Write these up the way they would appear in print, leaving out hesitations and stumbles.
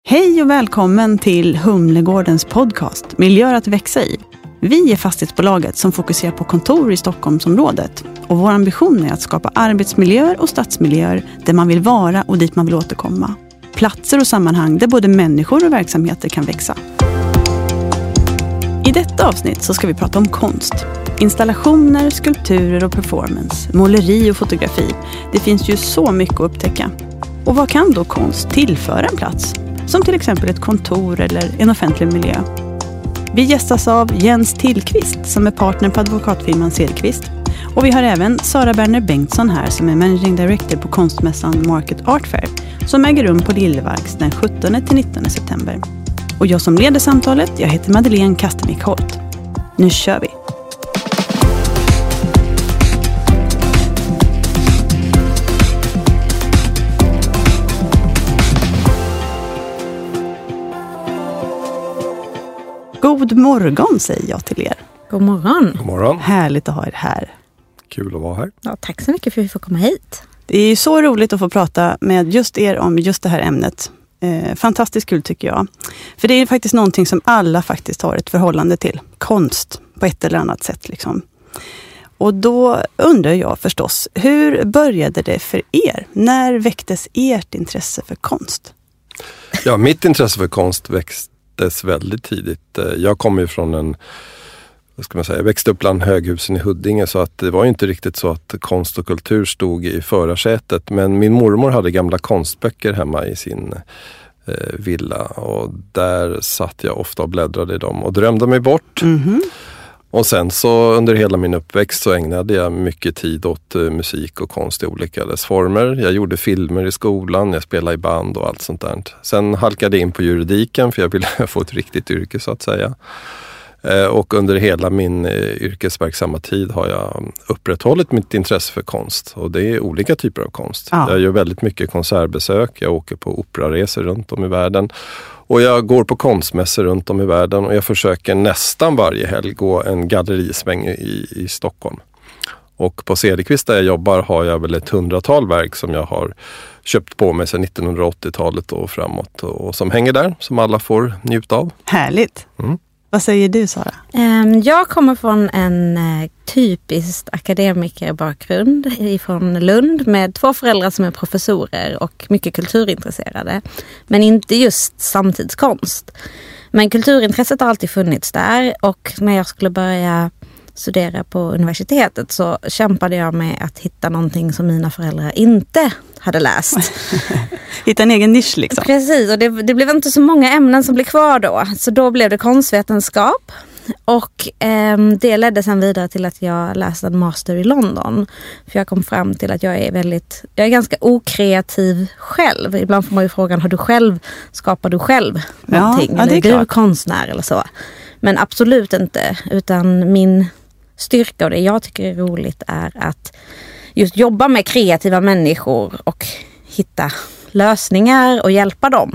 Hej och välkommen till Humlegårdens podcast Miljö att växa i. Vi är fastighetsbolaget som fokuserar på kontor i Stockholmsområdet. Och vår ambition är att skapa arbetsmiljöer och stadsmiljöer där man vill vara och dit man vill återkomma. Platser och sammanhang där både människor och verksamheter kan växa. I detta avsnitt så ska vi prata om konst. Installationer, skulpturer och performance, måleri och fotografi. Det finns ju så mycket att upptäcka. Och vad kan då konst tillföra en plats? Som till exempel ett kontor eller en offentlig miljö. Vi gästas av Jens Tillqvist som är partner på advokatfirman Cederqvist. Och vi har även Sara Berner Bengtsson här som är managing director på konstmässan Market Art Fair som äger rum på Liljevalchs den 17-19 september. Och jag som leder samtalet, jag heter Madeleine Kastemik Holt. Nu kör vi! God morgon säger jag till er. God morgon. God morgon. Härligt att ha er här. Kul att vara här. Ja, tack så mycket för att vi får komma hit. Det är ju så roligt att få prata med just er om just det här ämnet. Fantastiskt kul tycker jag. För det är faktiskt någonting som alla faktiskt har ett förhållande till. Konst på ett eller annat sätt liksom. Och då undrar jag förstås, hur började det för er? När väcktes ert intresse för konst? Ja, mitt intresse för konst växtes väldigt tidigt. Jag kommer ju från jag växte upp bland höghusen i Huddinge så att det var inte riktigt så att konst och kultur stod i förarsätet. Men min mormor hade gamla konstböcker hemma i sin villa och där satt jag ofta och bläddrade i dem och drömde mig bort. Mm-hmm. Och sen så under hela min uppväxt så ägnade jag mycket tid åt musik och konst i olika dess former. Jag gjorde filmer i skolan, jag spelade i band och allt sånt där. Sen halkade jag in på juridiken för jag ville få ett riktigt yrke så att säga. Och under hela min yrkesverksamma tid har jag upprätthållit mitt intresse för konst. Och det är olika typer av konst. Ja. Jag gör väldigt mycket konsertbesök, jag åker på operaresor runt om i världen. Och jag går på konstmässor runt om i världen och jag försöker nästan varje helg gå en gallerisväng i Stockholm. Och på Cederqvist där jag jobbar har jag väl 100-tal verk som jag har köpt på mig sedan 1980-talet och framåt. Och som hänger där, som alla får njuta av. Härligt! Mm. Vad säger du, Sara? Jag kommer från en typiskt akademikerbakgrund från Lund med 2 föräldrar som är professorer och mycket kulturintresserade. Men inte just samtidskonst. Men kulturintresset har alltid funnits där och när jag skulle börja studera på universitetet så kämpade jag med att hitta någonting som mina föräldrar inte hade läst. Hitta en egen nisch liksom. Precis, och det blev inte så många ämnen som blev kvar då. Så då blev det konstvetenskap. Och det ledde sen vidare till att jag läste en master i London. För jag kom fram till att jag är ganska okreativ själv. Ibland får man ju frågan, skapar du själv någonting? Ja, eller är du klart. konstnär eller så? Men absolut inte, utan min styrka och det jag tycker är roligt är att just jobba med kreativa människor och hitta lösningar och hjälpa dem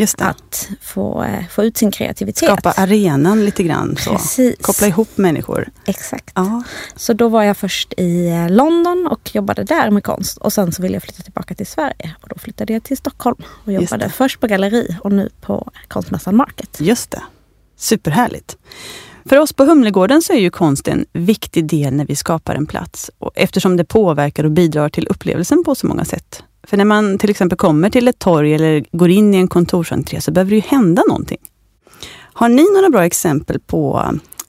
att få ut sin kreativitet. Skapa arenan lite grann. Så. Precis. Koppla ihop människor. Exakt. Ja. Så då var jag först i London och jobbade där med konst. Och sen så ville jag flytta tillbaka till Sverige. Och då flyttade jag till Stockholm och jobbade först på galleri och nu på konstmässan Market. Just det. Superhärligt. För oss på Humlegården så är ju konst en viktig del när vi skapar en plats. Och eftersom det påverkar och bidrar till upplevelsen på så många sätt. För när man till exempel kommer till ett torg eller går in i en kontorsentré så behöver det ju hända någonting. Har ni några bra exempel på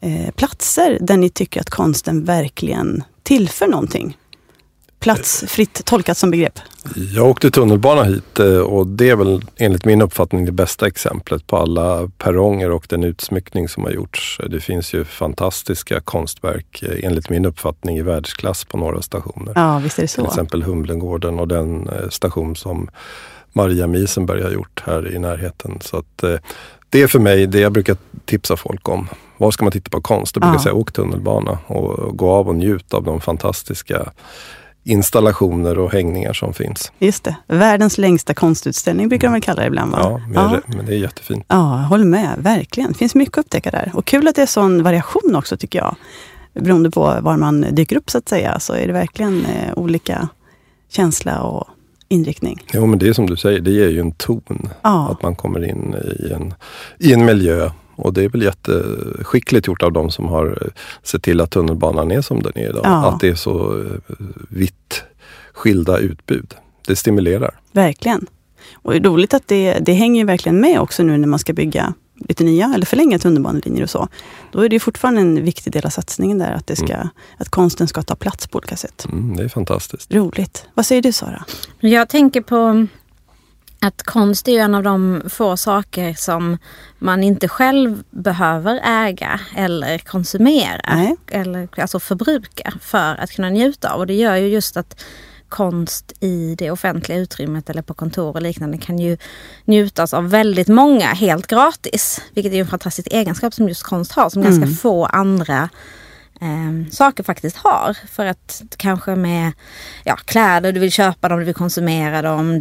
platser där ni tycker att konsten verkligen tillför någonting? Plats fritt tolkat som begrepp. Jag åkte tunnelbana hit och det är väl enligt min uppfattning det bästa exemplet på alla perronger och den utsmyckning som har gjorts. Det finns ju fantastiska konstverk enligt min uppfattning i världsklass på några stationer. Ja, visst är det så. Till exempel Humlegården och den station som Maria Miesenberg har gjort här i närheten. Så att det är för mig det jag brukar tipsa folk om. Var ska man titta på konst? Jag brukar säga åk tunnelbana och gå av och njut av de fantastiska installationer och hängningar som finns. Just det. Världens längsta konstutställning brukar man kalla det ibland, va? Ja, men det är jättefint. Ja, håller med. Verkligen. Det finns mycket att upptäcka där. Och kul att det är sån variation också tycker jag. Beroende på var man dyker upp så att säga. Så är det verkligen olika känsla och inriktning. Jo, men det är som du säger, det ger ju en ton. Ja. Att man kommer in i en miljö. Och det är väl jätteskickligt gjort av dem som har sett till att tunnelbanan är som den är idag. Ja. Att det är så vitt skilda utbud. Det stimulerar. Verkligen. Och det är roligt att det hänger ju verkligen med också nu när man ska bygga lite nya eller förlänga tunnelbanelinjer och så. Då är det fortfarande en viktig del av satsningen där att konsten ska ta plats på olika sätt. Det är fantastiskt. Roligt. Vad säger du, Sara? Jag tänker på att konst är ju en av de få saker som man inte själv behöver äga eller konsumera. Nej. Eller alltså förbruka för att kunna njuta av. Och det gör ju just att konst i det offentliga utrymmet eller på kontor och liknande kan ju njutas av väldigt många helt gratis. Vilket är ju en fantastisk egenskap som just konst har, som ganska få andra saker faktiskt har. För att kanske med kläder, du vill köpa dem, du vill konsumera dem,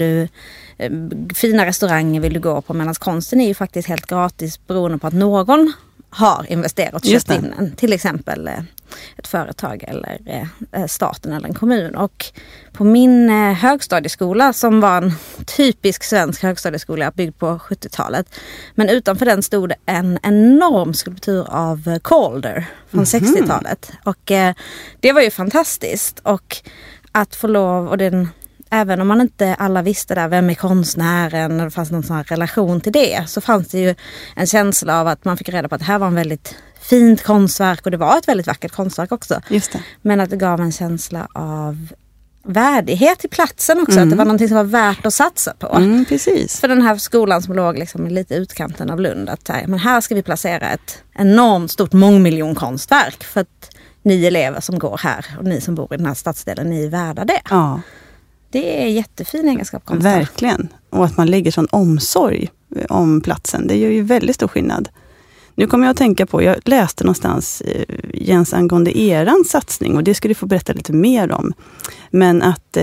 fina restauranger vill du gå på, medan konsten är ju faktiskt helt gratis beroende på att någon har investerat och köpt in den. Till exempel ett företag eller staten eller en kommun. Och på min högstadieskola, som var en typisk svensk högstadieskola byggd på 70-talet. Men utanför den stod en enorm skulptur av Calder från 60-talet. Och det var ju fantastiskt. Och att få lov, och även om man inte alla visste där vem är konstnären och det fanns någon sån här relation till det, så fanns det ju en känsla av att man fick reda på att det här var en väldigt fint konstverk, och det var ett väldigt vackert konstverk också. Just det. Men att det gav en känsla av värdighet i platsen också, att det var någonting som var värt att satsa på. Precis. För den här skolan som låg liksom lite utkanten av Lund, att men här ska vi placera ett enormt stort mångmiljonkonstverk för att ni elever som går här och ni som bor i den här stadsdelen, ni är värda det. Ja. Det är jättefin egenskap konst. Verkligen. Och att man lägger sån omsorg om platsen. Det gör ju väldigt stor skillnad. Nu kommer jag att tänka på, jag läste någonstans Jens angående eran satsning, och det skulle du få berätta lite mer om. Men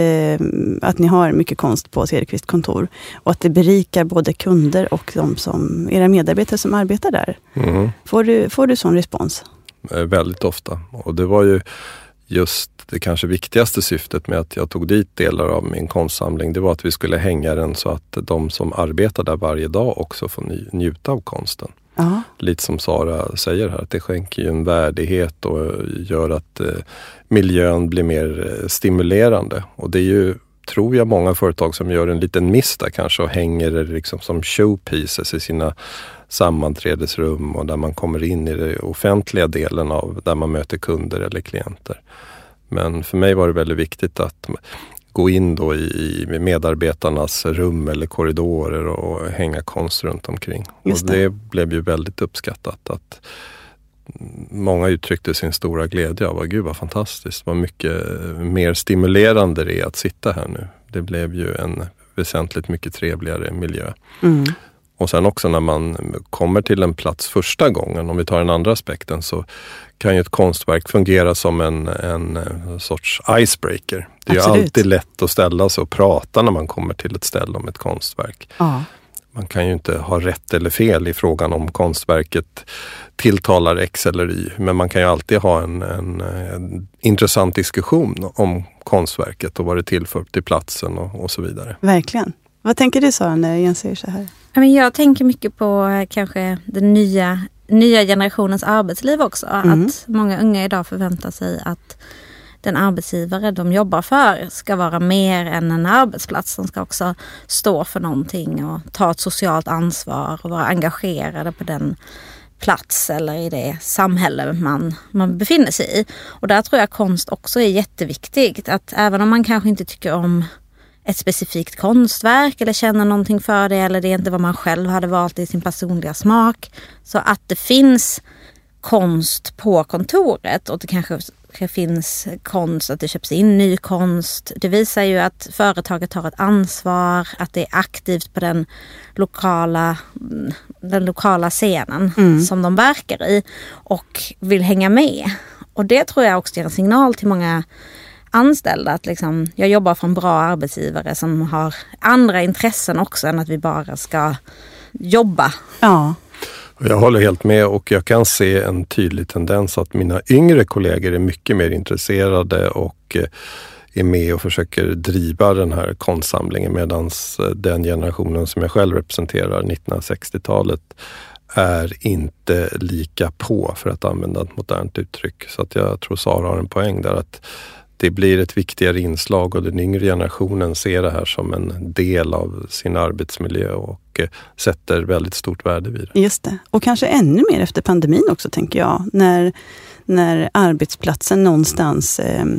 att ni har mycket konst på Cederqvist kontor och att det berikar både kunder och era medarbetare som arbetar där. Får du sån respons? Väldigt ofta. Och det var ju just det kanske viktigaste syftet med att jag tog dit delar av min konstsamling. Det var att vi skulle hänga den så att de som arbetar där varje dag också får njuta av konsten. Aha. Lite som Sara säger här, att det skänker ju en värdighet och gör att miljön blir mer stimulerande. Och det är ju, tror jag, många företag som gör en liten miss där kanske och hänger det liksom som showpieces i sina sammanträdesrum och där man kommer in i den offentliga delen av där man möter kunder eller klienter. Men för mig var det väldigt viktigt att gå in då i medarbetarnas rum eller korridorer och hänga konst runt omkring. Och det blev ju väldigt uppskattat att många uttryckte sin stora glädje av gud vad fantastiskt, vad mycket mer stimulerande det är att sitta här nu. Det blev ju en väsentligt mycket trevligare miljö. Och sen också när man kommer till en plats första gången, om vi tar den andra aspekten, så kan ju ett konstverk fungera som en sorts icebreaker. Det är ju alltid lätt att ställa sig och prata när man kommer till ett ställe om ett konstverk. Ja. Man kan ju inte ha rätt eller fel i frågan om konstverket tilltalar X eller Y. Men man kan ju alltid ha en intressant diskussion om konstverket och vad det tillför till platsen och så vidare. Verkligen. Vad tänker du, Sara, när Jens säger så här? Jag tänker mycket på kanske den nya generationens arbetsliv också. Att många unga idag förväntar sig att den arbetsgivare de jobbar för ska vara mer än en arbetsplats. De ska också stå för någonting och ta ett socialt ansvar och vara engagerade på den plats eller i det samhälle man befinner sig i. Och där tror jag konst också är jätteviktigt. Att även om man kanske inte tycker om ett specifikt konstverk eller känner någonting för det, eller det är inte vad man själv hade valt i sin personliga smak, så att det finns konst på kontoret och det kanske finns konst, att det köps in ny konst. Det visar ju att företaget tar ett ansvar, att det är aktivt på den lokala scenen som de verkar i och vill hänga med. Och det tror jag också ger en signal till många anställda att liksom, jag jobbar för en bra arbetsgivare som har andra intressen också än att vi bara ska jobba. Ja. Jag håller helt med, och jag kan se en tydlig tendens att mina yngre kollegor är mycket mer intresserade och är med och försöker driva den här konstsamlingen, medan den generationen som jag själv representerar, 1960-talet, är inte lika på, för att använda ett modernt uttryck. Så att jag tror Sara har en poäng där, att det blir ett viktigare inslag och den yngre generationen ser det här som en del av sin arbetsmiljö och sätter väldigt stort värde vid det. Just det. Och kanske ännu mer efter pandemin också, tänker jag. När arbetsplatsen någonstans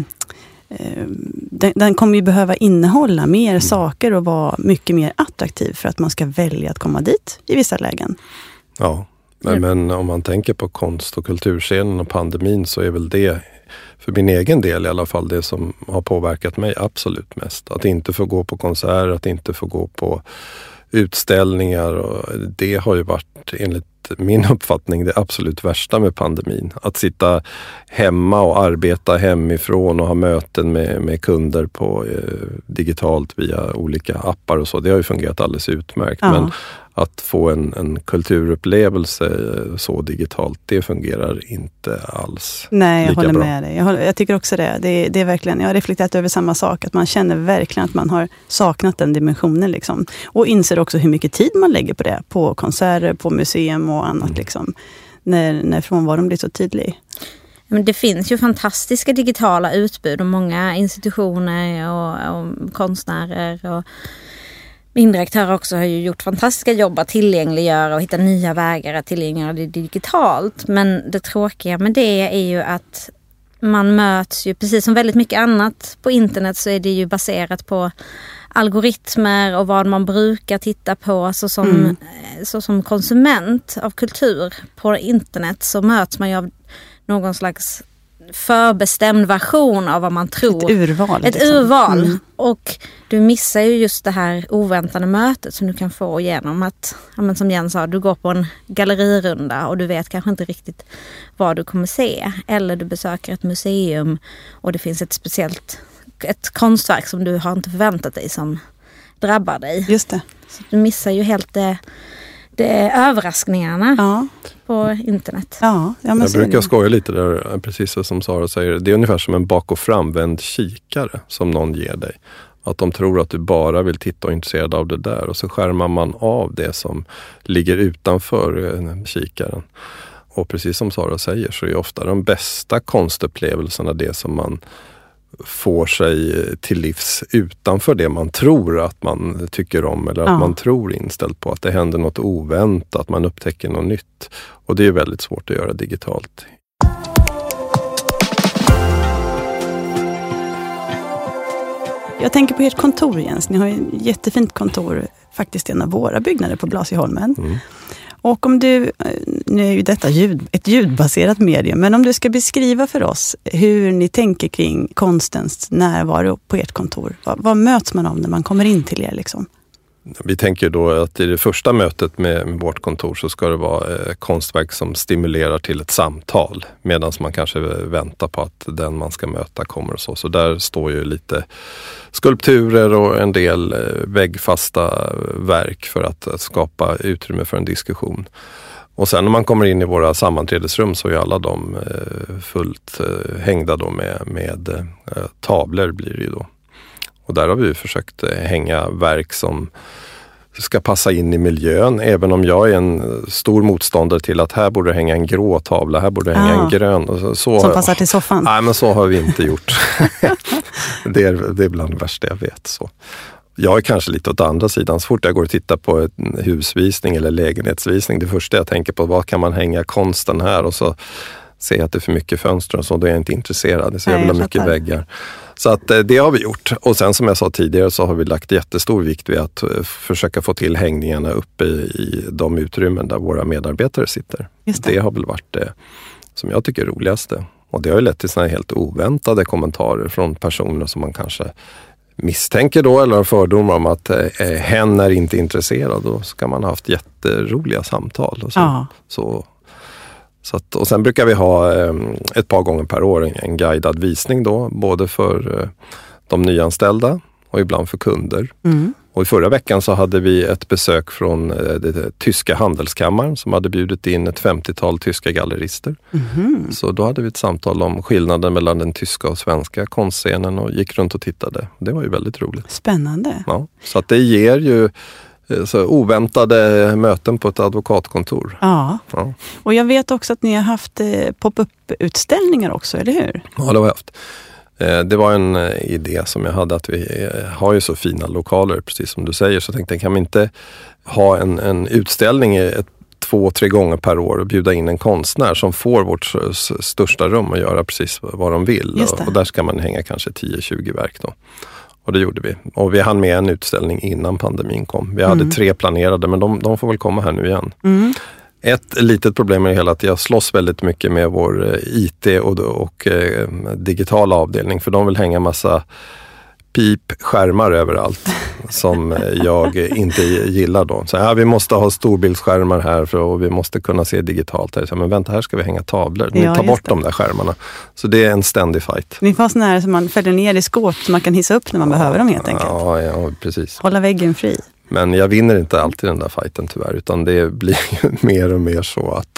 den kommer ju behöva innehålla mer saker och vara mycket mer attraktiv för att man ska välja att komma dit i vissa lägen. Ja, men om man tänker på konst- och kulturscenen och pandemin, så är väl det, för min egen del i alla fall, det som har påverkat mig absolut mest. Att inte få gå på konserter, att inte få gå på utställningar, och det har ju varit enligt min uppfattning det absolut värsta med pandemin. Att sitta hemma och arbeta hemifrån och ha möten med kunder på digitalt via olika appar och så, det har ju fungerat alldeles utmärkt. Ja. Men att få en kulturupplevelse så digitalt, det fungerar inte alls. Nej, jag håller bra. med dig. Jag tycker också det. Det är verkligen, jag har reflekterat över samma sak. Att man känner verkligen att man har saknat den dimensionen. Liksom. Och inser också hur mycket tid man lägger på det. På konserter, på museum och annat. Liksom, när frånvaron blir så tydlig. Men det finns ju fantastiska digitala utbud och många institutioner och konstnärer och mindre aktörer också har ju gjort fantastiska jobb att tillgängliggöra och hitta nya vägar att tillgängliggöra det digitalt. Men det tråkiga med det är ju att man möts ju, precis som väldigt mycket annat på internet, så är det ju baserat på algoritmer och vad man brukar titta på. Så som konsument av kultur på internet så möts man ju av någon slags förbestämd version av vad man tror. Ett urval. Mm. Och du missar ju just det här oväntade mötet som du kan få genom att, som Jens sa, du går på en gallerirunda och du vet kanske inte riktigt vad du kommer se. Eller du besöker ett museum och det finns ett konstverk som du har inte förväntat dig som drabbar dig. Just det. Så du missar ju helt det är överraskningarna på internet. Ja, jag brukar skoja lite där, precis som Sara säger. Det är ungefär som en bak- och framvänd kikare som någon ger dig. Att de tror att du bara vill titta och är intresserad av det där. Och så skärmar man av det som ligger utanför kikaren. Och precis som Sara säger så är ofta de bästa konstupplevelserna det som man får sig till livs utanför det man tror att man tycker om, eller att man tror inställt på, att det händer något oväntat, att man upptäcker något nytt. Och det är väldigt svårt att göra digitalt. Jag tänker på ert kontor, Jens. Ni har ju ett jättefint kontor, faktiskt en av våra byggnader på Blasieholmen. Mm. Och om du, nu är ju detta ett ljudbaserat medium, men om du ska beskriva för oss hur ni tänker kring konstens närvaro på ert kontor. Vad möts man av när man kommer in till er liksom? Vi tänker då att i det första mötet med vårt kontor så ska det vara konstverk som stimulerar till ett samtal, medan man kanske väntar på att den man ska möta kommer och så. Så där står ju lite skulpturer och en del väggfasta verk för att skapa utrymme för en diskussion. Och sen när man kommer in i våra sammanträdesrum så är alla de fullt hängda då med tavlor blir det ju då. Och där har vi försökt hänga verk som ska passa in i miljön. Även om jag är en stor motståndare till att här borde hänga en grå tavla, här borde hänga en grön. Och så som passar till soffan? Nej, men så har vi inte gjort. Det är bland det värsta jag vet. Så. Jag är kanske lite åt andra sidan. Så fort jag går och tittar på en husvisning eller lägenhetsvisning, det första jag tänker på, vad kan man hänga konsten här? Och så ser jag att det är för mycket fönster och så, då är jag inte intresserad. Så jag vill ha mycket väggar. Så att det har vi gjort. Och sen som jag sa tidigare så har vi lagt jättestor vikt vid att försöka få till hängningarna uppe i de utrymmen där våra medarbetare sitter. Det har väl varit det som jag tycker är roligaste. Och det har ju lett till såna helt oväntade kommentarer från personer som man kanske misstänker då eller har fördomar om att hen är inte intresserad. Då ska man ha haft jätteroliga samtal. Och så att, och sen brukar vi ha ett par gånger per år en guidad visning då, både för de nyanställda och ibland för kunder. Och i förra veckan så hade vi ett besök från det tyska handelskammaren som hade bjudit in ett 50-tal tyska gallerister. Så då hade vi ett samtal om skillnaden mellan den tyska och svenska konstscenen och gick runt och tittade. Det var ju väldigt roligt. Spännande. Ja, så att det ger ju så oväntade möten på ett advokatkontor. Ja, och jag vet också att ni har haft pop-up-utställningar också, eller hur? Ja, det har vi haft. Det var en idé som jag hade, att vi har ju så fina lokaler, precis som du säger, så jag tänkte, kan vi inte ha en utställning 2-3 gånger per år och bjuda in en konstnär som får vårt största rum och göra precis vad de vill. Och där ska man hänga kanske 10-20 verk då. Och det gjorde vi. Och vi hann med en utställning innan pandemin kom. Vi hade 3 planerade, men de får väl komma här nu igen. Ett litet problem är det hela att jag slåss väldigt mycket med vår IT och digitala avdelning. För de vill hänga massa skärmar överallt som jag inte gillar då. Så vi måste ha storbildsskärmar här och vi måste kunna se digitalt här. Så, men vänta, här ska vi hänga tavlor. Ni tar bort de där skärmarna. Så det är en ständig fight. Ni får sådana här som man fäller ner i skåp så man kan hissa upp när man behöver dem helt enkelt. Ja, precis. Hålla väggen fri. Men jag vinner inte alltid den där fighten tyvärr, utan det blir ju mer och mer så att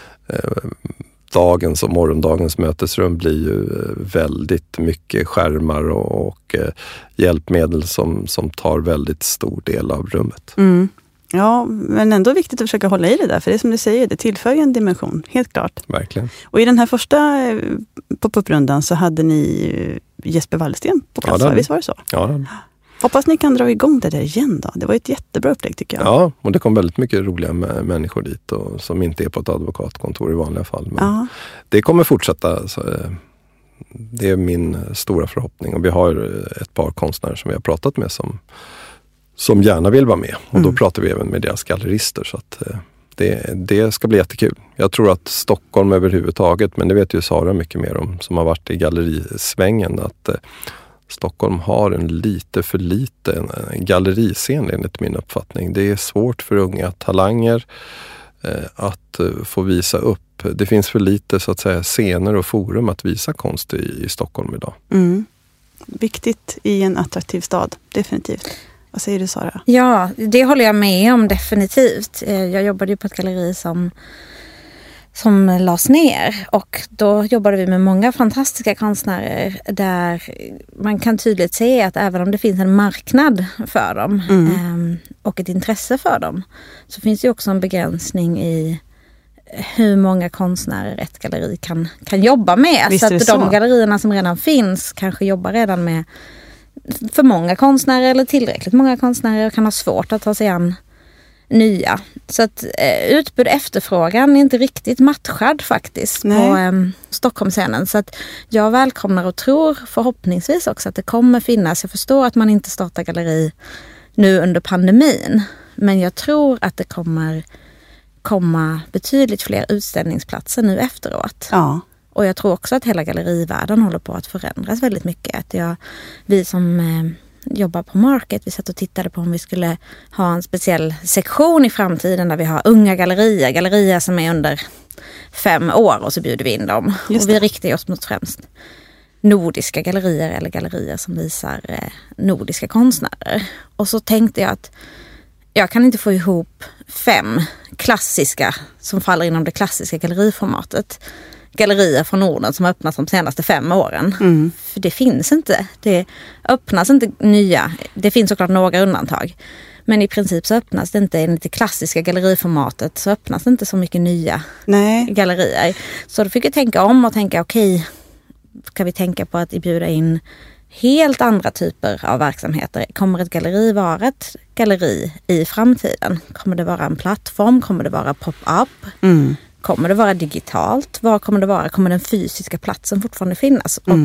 dagens och morgondagens mötesrum blir ju väldigt mycket skärmar och hjälpmedel som tar väldigt stor del av rummet. Ja, men ändå viktigt att försöka hålla i det där, för det är som du säger, det tillför ju en dimension, helt klart. Verkligen. Och i den här första pop-up-rundan så hade ni Jesper Wallsten på plats, visst var det så? Ja, hoppas ni kan dra igång det där igen då. Det var ett jättebra upplägg tycker jag. Ja, och det kom väldigt mycket roliga människor dit som inte är på ett advokatkontor i vanliga fall. Men det kommer fortsätta. Så, det är min stora förhoppning. Och vi har ett par konstnärer som vi har pratat med som gärna vill vara med. Och då pratar vi även med deras gallerister. Så att det ska bli jättekul. Jag tror att Stockholm överhuvudtaget, men det vet ju Sara mycket mer om som har varit i gallerisvängen, att Stockholm har en lite för liten galleriscen enligt min uppfattning. Det är svårt för unga talanger att få visa upp. Det finns för lite så att säga scener och forum att visa konst i Stockholm idag. Viktigt i en attraktiv stad, definitivt. Vad säger du, Sara? Ja, det håller jag med om definitivt. Jag jobbade ju på ett galleri som lades ner, och då jobbade vi med många fantastiska konstnärer där man kan tydligt se att även om det finns en marknad för dem och ett intresse för dem, så finns det också en begränsning i hur många konstnärer ett galleri kan jobba med. Visst, så att de gallerierna som redan finns kanske jobbar redan med för många konstnärer eller tillräckligt många konstnärer och kan ha svårt att ta sig an nya. Så att utbud efterfrågan är inte riktigt matchad faktiskt på Stockholmsscenen. Så att jag välkomnar och tror förhoppningsvis också att det kommer finnas. Jag förstår att man inte startar galleri nu under pandemin, men jag tror att det kommer komma betydligt fler utställningsplatser nu efteråt. Ja. Och jag tror också att hela gallerivärlden håller på att förändras väldigt mycket. Vi som jobbar på Market, vi satt och tittade på om vi skulle ha en speciell sektion i framtiden där vi har unga gallerier som är under 5 år, och så bjuder vi in dem. Och vi riktar oss mot främst nordiska gallerier eller gallerier som visar nordiska konstnärer. Och så tänkte jag att jag kan inte få ihop 5 klassiska som faller inom det klassiska galleriformatet. Gallerier från Norden som har öppnats de senaste 5 åren. För det finns inte. Det öppnas inte nya. Det finns såklart några undantag. Men i princip så öppnas det inte enligt det klassiska galleriformatet, så öppnas det inte så mycket nya gallerier. Så då fick jag tänka om och tänka okej, ska vi tänka på att bjuda in helt andra typer av verksamheter? Kommer ett galleri vara ett galleri i framtiden? Kommer det vara en plattform? Kommer det vara pop-up? Kommer det vara digitalt? Vad kommer det vara? Kommer den fysiska platsen fortfarande finnas? Och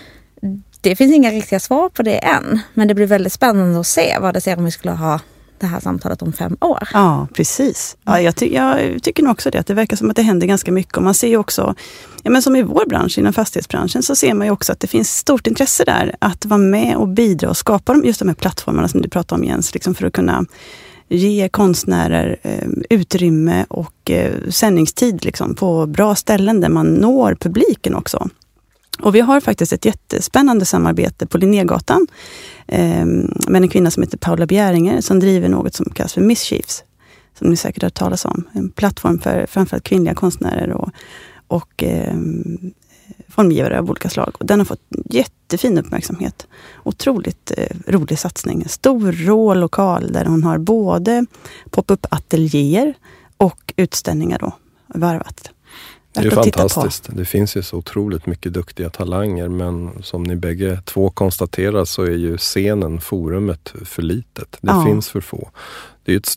det finns inga riktiga svar på det än. Men det blir väldigt spännande att se vad det ser om vi skulle ha det här samtalet om 5 år. Ja, precis. Ja, jag tycker nog också det. Att det verkar som att det händer ganska mycket. Och man ser ju också, men som i vår bransch, inom fastighetsbranschen, så ser man ju också att det finns stort intresse där att vara med och bidra och skapa just de här plattformarna som du pratar om, Jens, liksom för att kunna ge konstnärer utrymme och sändningstid liksom, på bra ställen där man når publiken också. Och vi har faktiskt ett jättespännande samarbete på Linnégatan med en kvinna som heter Paula Bjäringer som driver något som kallas för Mischiefs, som ni säkert har hört talas om. En plattform för framförallt kvinnliga konstnärer och formgivare av olika slag. Och den har fått jättefin uppmärksamhet. Otroligt rolig satsning. En stor rå lokal där hon har både pop-up ateljéer och utställningar då varvat. Det är ju fantastiskt. Det finns ju så otroligt mycket duktiga talanger, men som ni bägge två konstaterar så är ju scenen, forumet, för litet. Det finns för få. Det är ett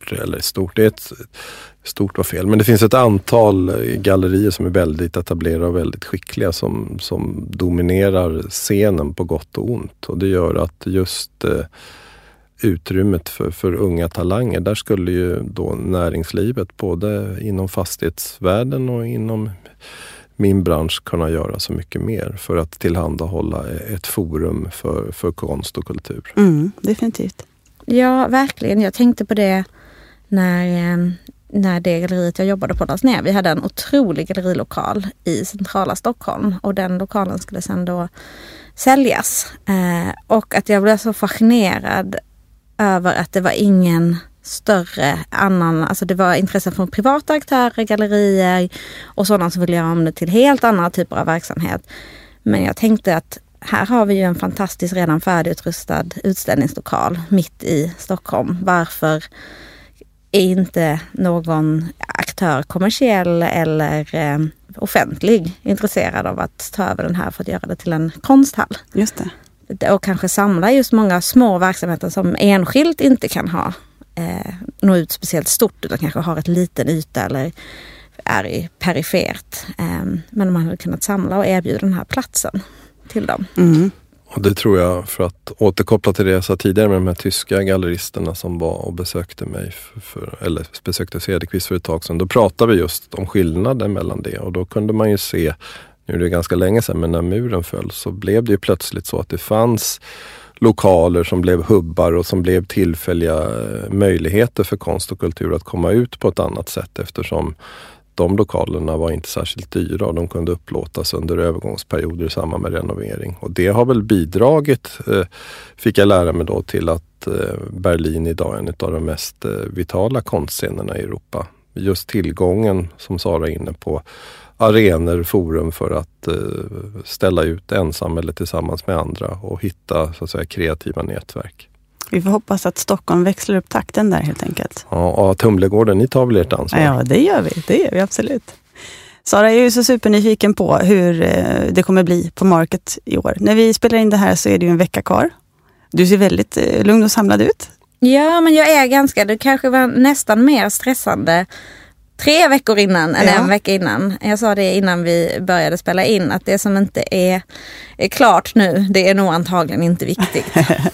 stort var fel, men det finns ett antal gallerier som är väldigt etablerade och väldigt skickliga som dominerar scenen på gott och ont. Och det gör att just utrymmet för unga talanger, där skulle ju då näringslivet både inom fastighetsvärlden och inom min bransch kunna göra så mycket mer för att tillhandahålla ett forum för konst och kultur. Definitivt. Ja, verkligen. Jag tänkte på det när det galleriet jag jobbade på lades ner. Vi hade en otrolig gallerilokal i centrala Stockholm och den lokalen skulle sedan då säljas. Och att jag blev så fascinerad över att det var ingen större annan, alltså det var intresse från privata aktörer, gallerier och sådana som ville göra om det till helt andra typer av verksamhet. Men jag tänkte att här har vi ju en fantastisk redan färdigutrustad utställningslokal mitt i Stockholm. Varför är inte någon aktör, kommersiell eller offentlig, intresserad av att ta över den här för att göra det till en konsthall? Just det. Och kanske samla just många små verksamheter som enskilt inte kan nå ut speciellt stort, utan kanske har ett liten yta eller är i perifert. Men man hade kunnat samla och erbjuda den här platsen till dem. Och det tror jag, för att återkoppla till det jag sa tidigare med de här tyska galleristerna som var och besökte mig eller besökte Cederqvist för ett tag sedan. Då pratade vi just om skillnaden mellan det, och då kunde man ju se, nu är det ganska länge sedan, men när muren föll så blev det ju plötsligt så att det fanns lokaler som blev hubbar och som blev tillfälliga möjligheter för konst och kultur att komma ut på ett annat sätt, eftersom de lokalerna var inte särskilt dyra och de kunde upplåtas under övergångsperioder i samband med renovering. Och det har väl bidragit, fick jag lära mig då, till att Berlin idag är en av de mest vitala konstscenerna i Europa. Just tillgången, som Sara är inne på, arenor, forum för att ställa ut ensam eller tillsammans med andra och hitta så att säga kreativa nätverk. Vi får hoppas att Stockholm växlar upp takten där helt enkelt. Ja, och Humlegården, ni tar väl ert ansvar? Ja, det gör vi absolut. Sara är ju så supernyfiken på hur det kommer bli på Market i år. När vi spelar in det här så är det ju en vecka kvar. Du ser väldigt lugn och samlad ut. Ja, men jag är det kanske var nästan mer stressande 3 veckor innan än en vecka innan. Jag sa det innan vi började spela in, att det som inte är klart nu, det är nog antagligen inte viktigt.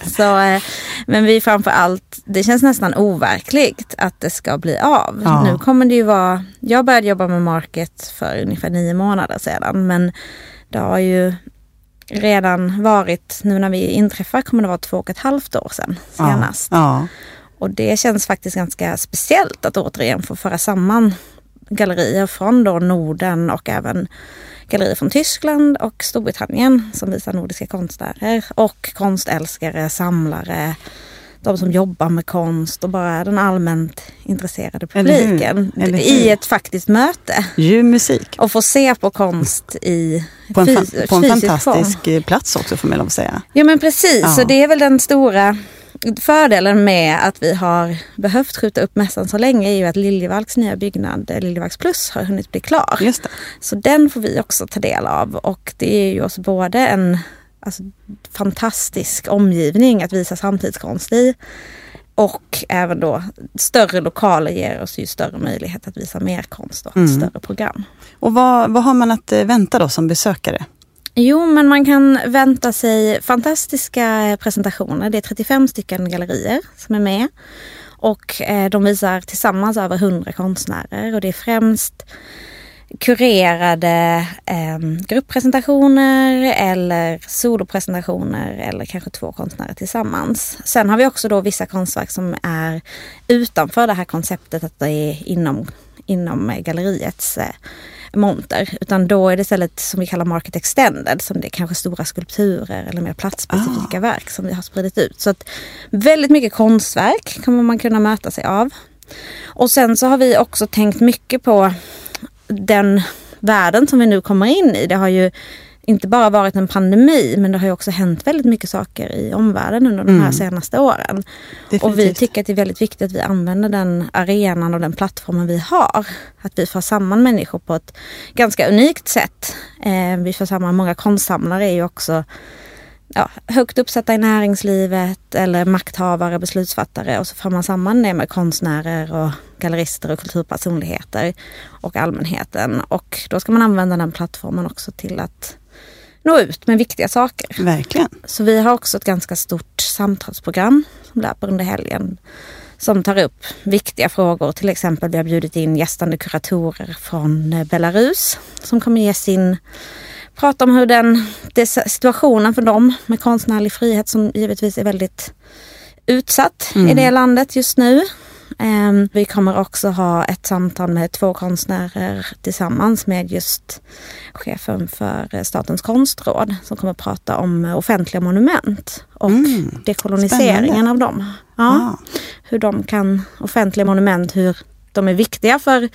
Men vi framförallt, det känns nästan overkligt att det ska bli av. Ja. Nu kommer det ju vara, jag började jobba med Market för ungefär 9 månader sedan, men det har ju redan varit, nu när vi inträffar kommer det vara 2,5 år sedan senast. Ja. Och det känns faktiskt ganska speciellt att återigen få föra samman gallerier från då Norden och även gallerier från Tyskland och Storbritannien som visar nordiska konstnärer och konstälskare, samlare, de som jobbar med konst och bara den allmänt intresserade publiken i ett faktiskt möte. Musik. Och få se på konst på en fantastisk plats också, får man lov att säga. Ja, men precis. Ja. Så det är väl den stora fördelen med att vi har behövt skjuta upp mässan så länge är ju att Liljevalchs nya byggnad, Liljevalchs Plus, har hunnit bli klar. Just det. Så den får vi också ta del av, och det är ju oss både en fantastisk omgivning att visa samtidskonst i, och även då större lokaler ger oss ju större möjlighet att visa mer konst och ett större program. Och vad har man att vänta då som besökare? Jo, men man kan vänta sig fantastiska presentationer. Det är 35 stycken gallerier som är med. Och de visar tillsammans över 100 konstnärer. Och det är främst kurerade grupppresentationer eller solopresentationer eller kanske 2 konstnärer tillsammans. Sen har vi också då vissa konstverk som är utanför det här konceptet att det är inom galleriets monter. Utan då är det istället som vi kallar market extended, som det är kanske stora skulpturer eller mer platsspecifika verk som vi har spridit ut. Så att väldigt mycket konstverk kommer man kunna möta sig av. Och sen så har vi också tänkt mycket på den världen som vi nu kommer in i. Det har ju inte bara varit en pandemi, men det har ju också hänt väldigt mycket saker i omvärlden under de här senaste åren. Definitivt. Och vi tycker att det är väldigt viktigt att vi använder den arenan och den plattformen vi har. Att vi får samman människor på ett ganska unikt sätt. Vi får samman många konstsamlare är ju också högt uppsatta i näringslivet eller makthavare, beslutsfattare, och så får man samman det med konstnärer och gallerister och kulturpersonligheter och allmänheten. Och då ska man använda den plattformen också till att nå ut med viktiga saker. Verkligen. Så vi har också ett ganska stort samtalsprogram som löper under helgen som tar upp viktiga frågor. Till exempel vi har bjudit in gästande kuratorer från Belarus som kommer ge prata om hur det situationen för dem med konstnärlig frihet, som givetvis är väldigt utsatt i det landet just nu. Vi kommer också ha ett samtal med 2 konstnärer tillsammans med just chefen för Statens konstråd som kommer prata om offentliga monument och dekoloniseringen av dem. Ja. Hur de kan, offentliga monument, hur de är viktiga för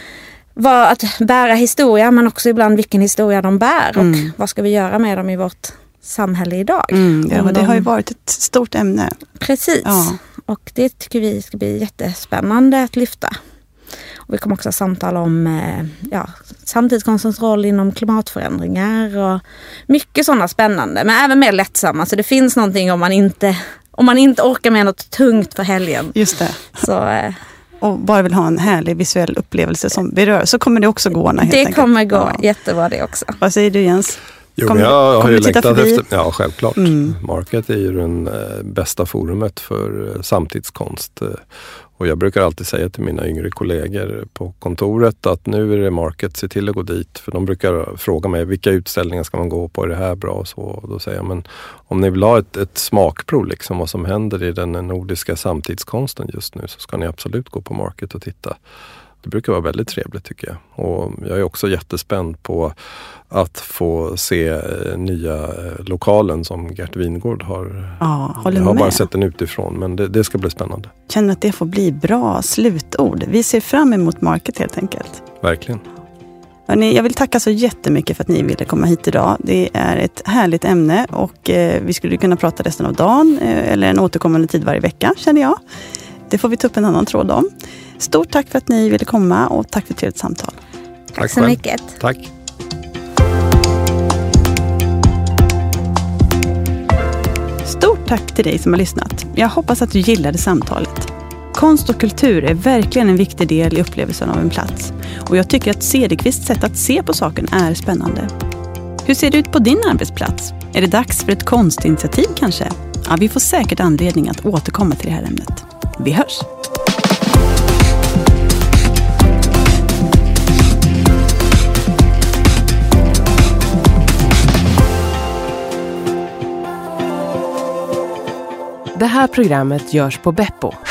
att bära historia, men också ibland vilken historia de bär och vad ska vi göra med dem i vårt samhälle idag. Det har ju varit ett stort ämne. Precis. Ja. Och det tycker vi ska bli jättespännande att lyfta. Och vi kommer också samtala om samtidskonstens roll inom klimatförändringar och mycket sådana spännande, men även mer lättsamma. Så det finns någonting om man inte orkar med något tungt för helgen. Just det. Så, och bara vill ha en härlig visuell upplevelse som berör, så kommer det också gå. Det kommer gå jättebra det också. Vad säger du, Jens? Jo, men jag har ju längtat efter, ja självklart. Market är ju den bästa forumet för samtidskonst. Och jag brukar alltid säga till mina yngre kollegor på kontoret att nu är det Market, se till att gå dit. För de brukar fråga mig, vilka utställningar ska man gå på, är det här bra? Och så. Och då säger jag, men om ni vill ha ett smakprov liksom, vad som händer i den nordiska samtidskonsten just nu, så ska ni absolut gå på Market och titta. Det brukar vara väldigt trevligt tycker jag. Och jag är också jättespänd på att få se nya lokalen som Gert Wingård har. Jag har bara sett den utifrån, men det ska bli spännande. Känner att det får bli bra slutord. Vi ser fram emot Market helt enkelt. Verkligen. Hörrni, jag vill tacka så jättemycket för att ni ville komma hit idag. Det är ett härligt ämne och vi skulle kunna prata resten av dagen eller en återkommande tid varje vecka, känner jag. Det får vi ta upp en annan tråd om. Stort tack för att ni ville komma och tack för ett trevligt samtal. Tack så mycket. Tack. Stort tack till dig som har lyssnat. Jag hoppas att du gillade samtalet. Konst och kultur är verkligen en viktig del i upplevelsen av en plats. Och jag tycker att Cederqvists sätt att se på saken är spännande. Hur ser det ut på din arbetsplats? Är det dags för ett konstinitiativ kanske? Ja, vi får säkert anledning att återkomma till det här ämnet. Vi hörs! Det här programmet görs på Beppo,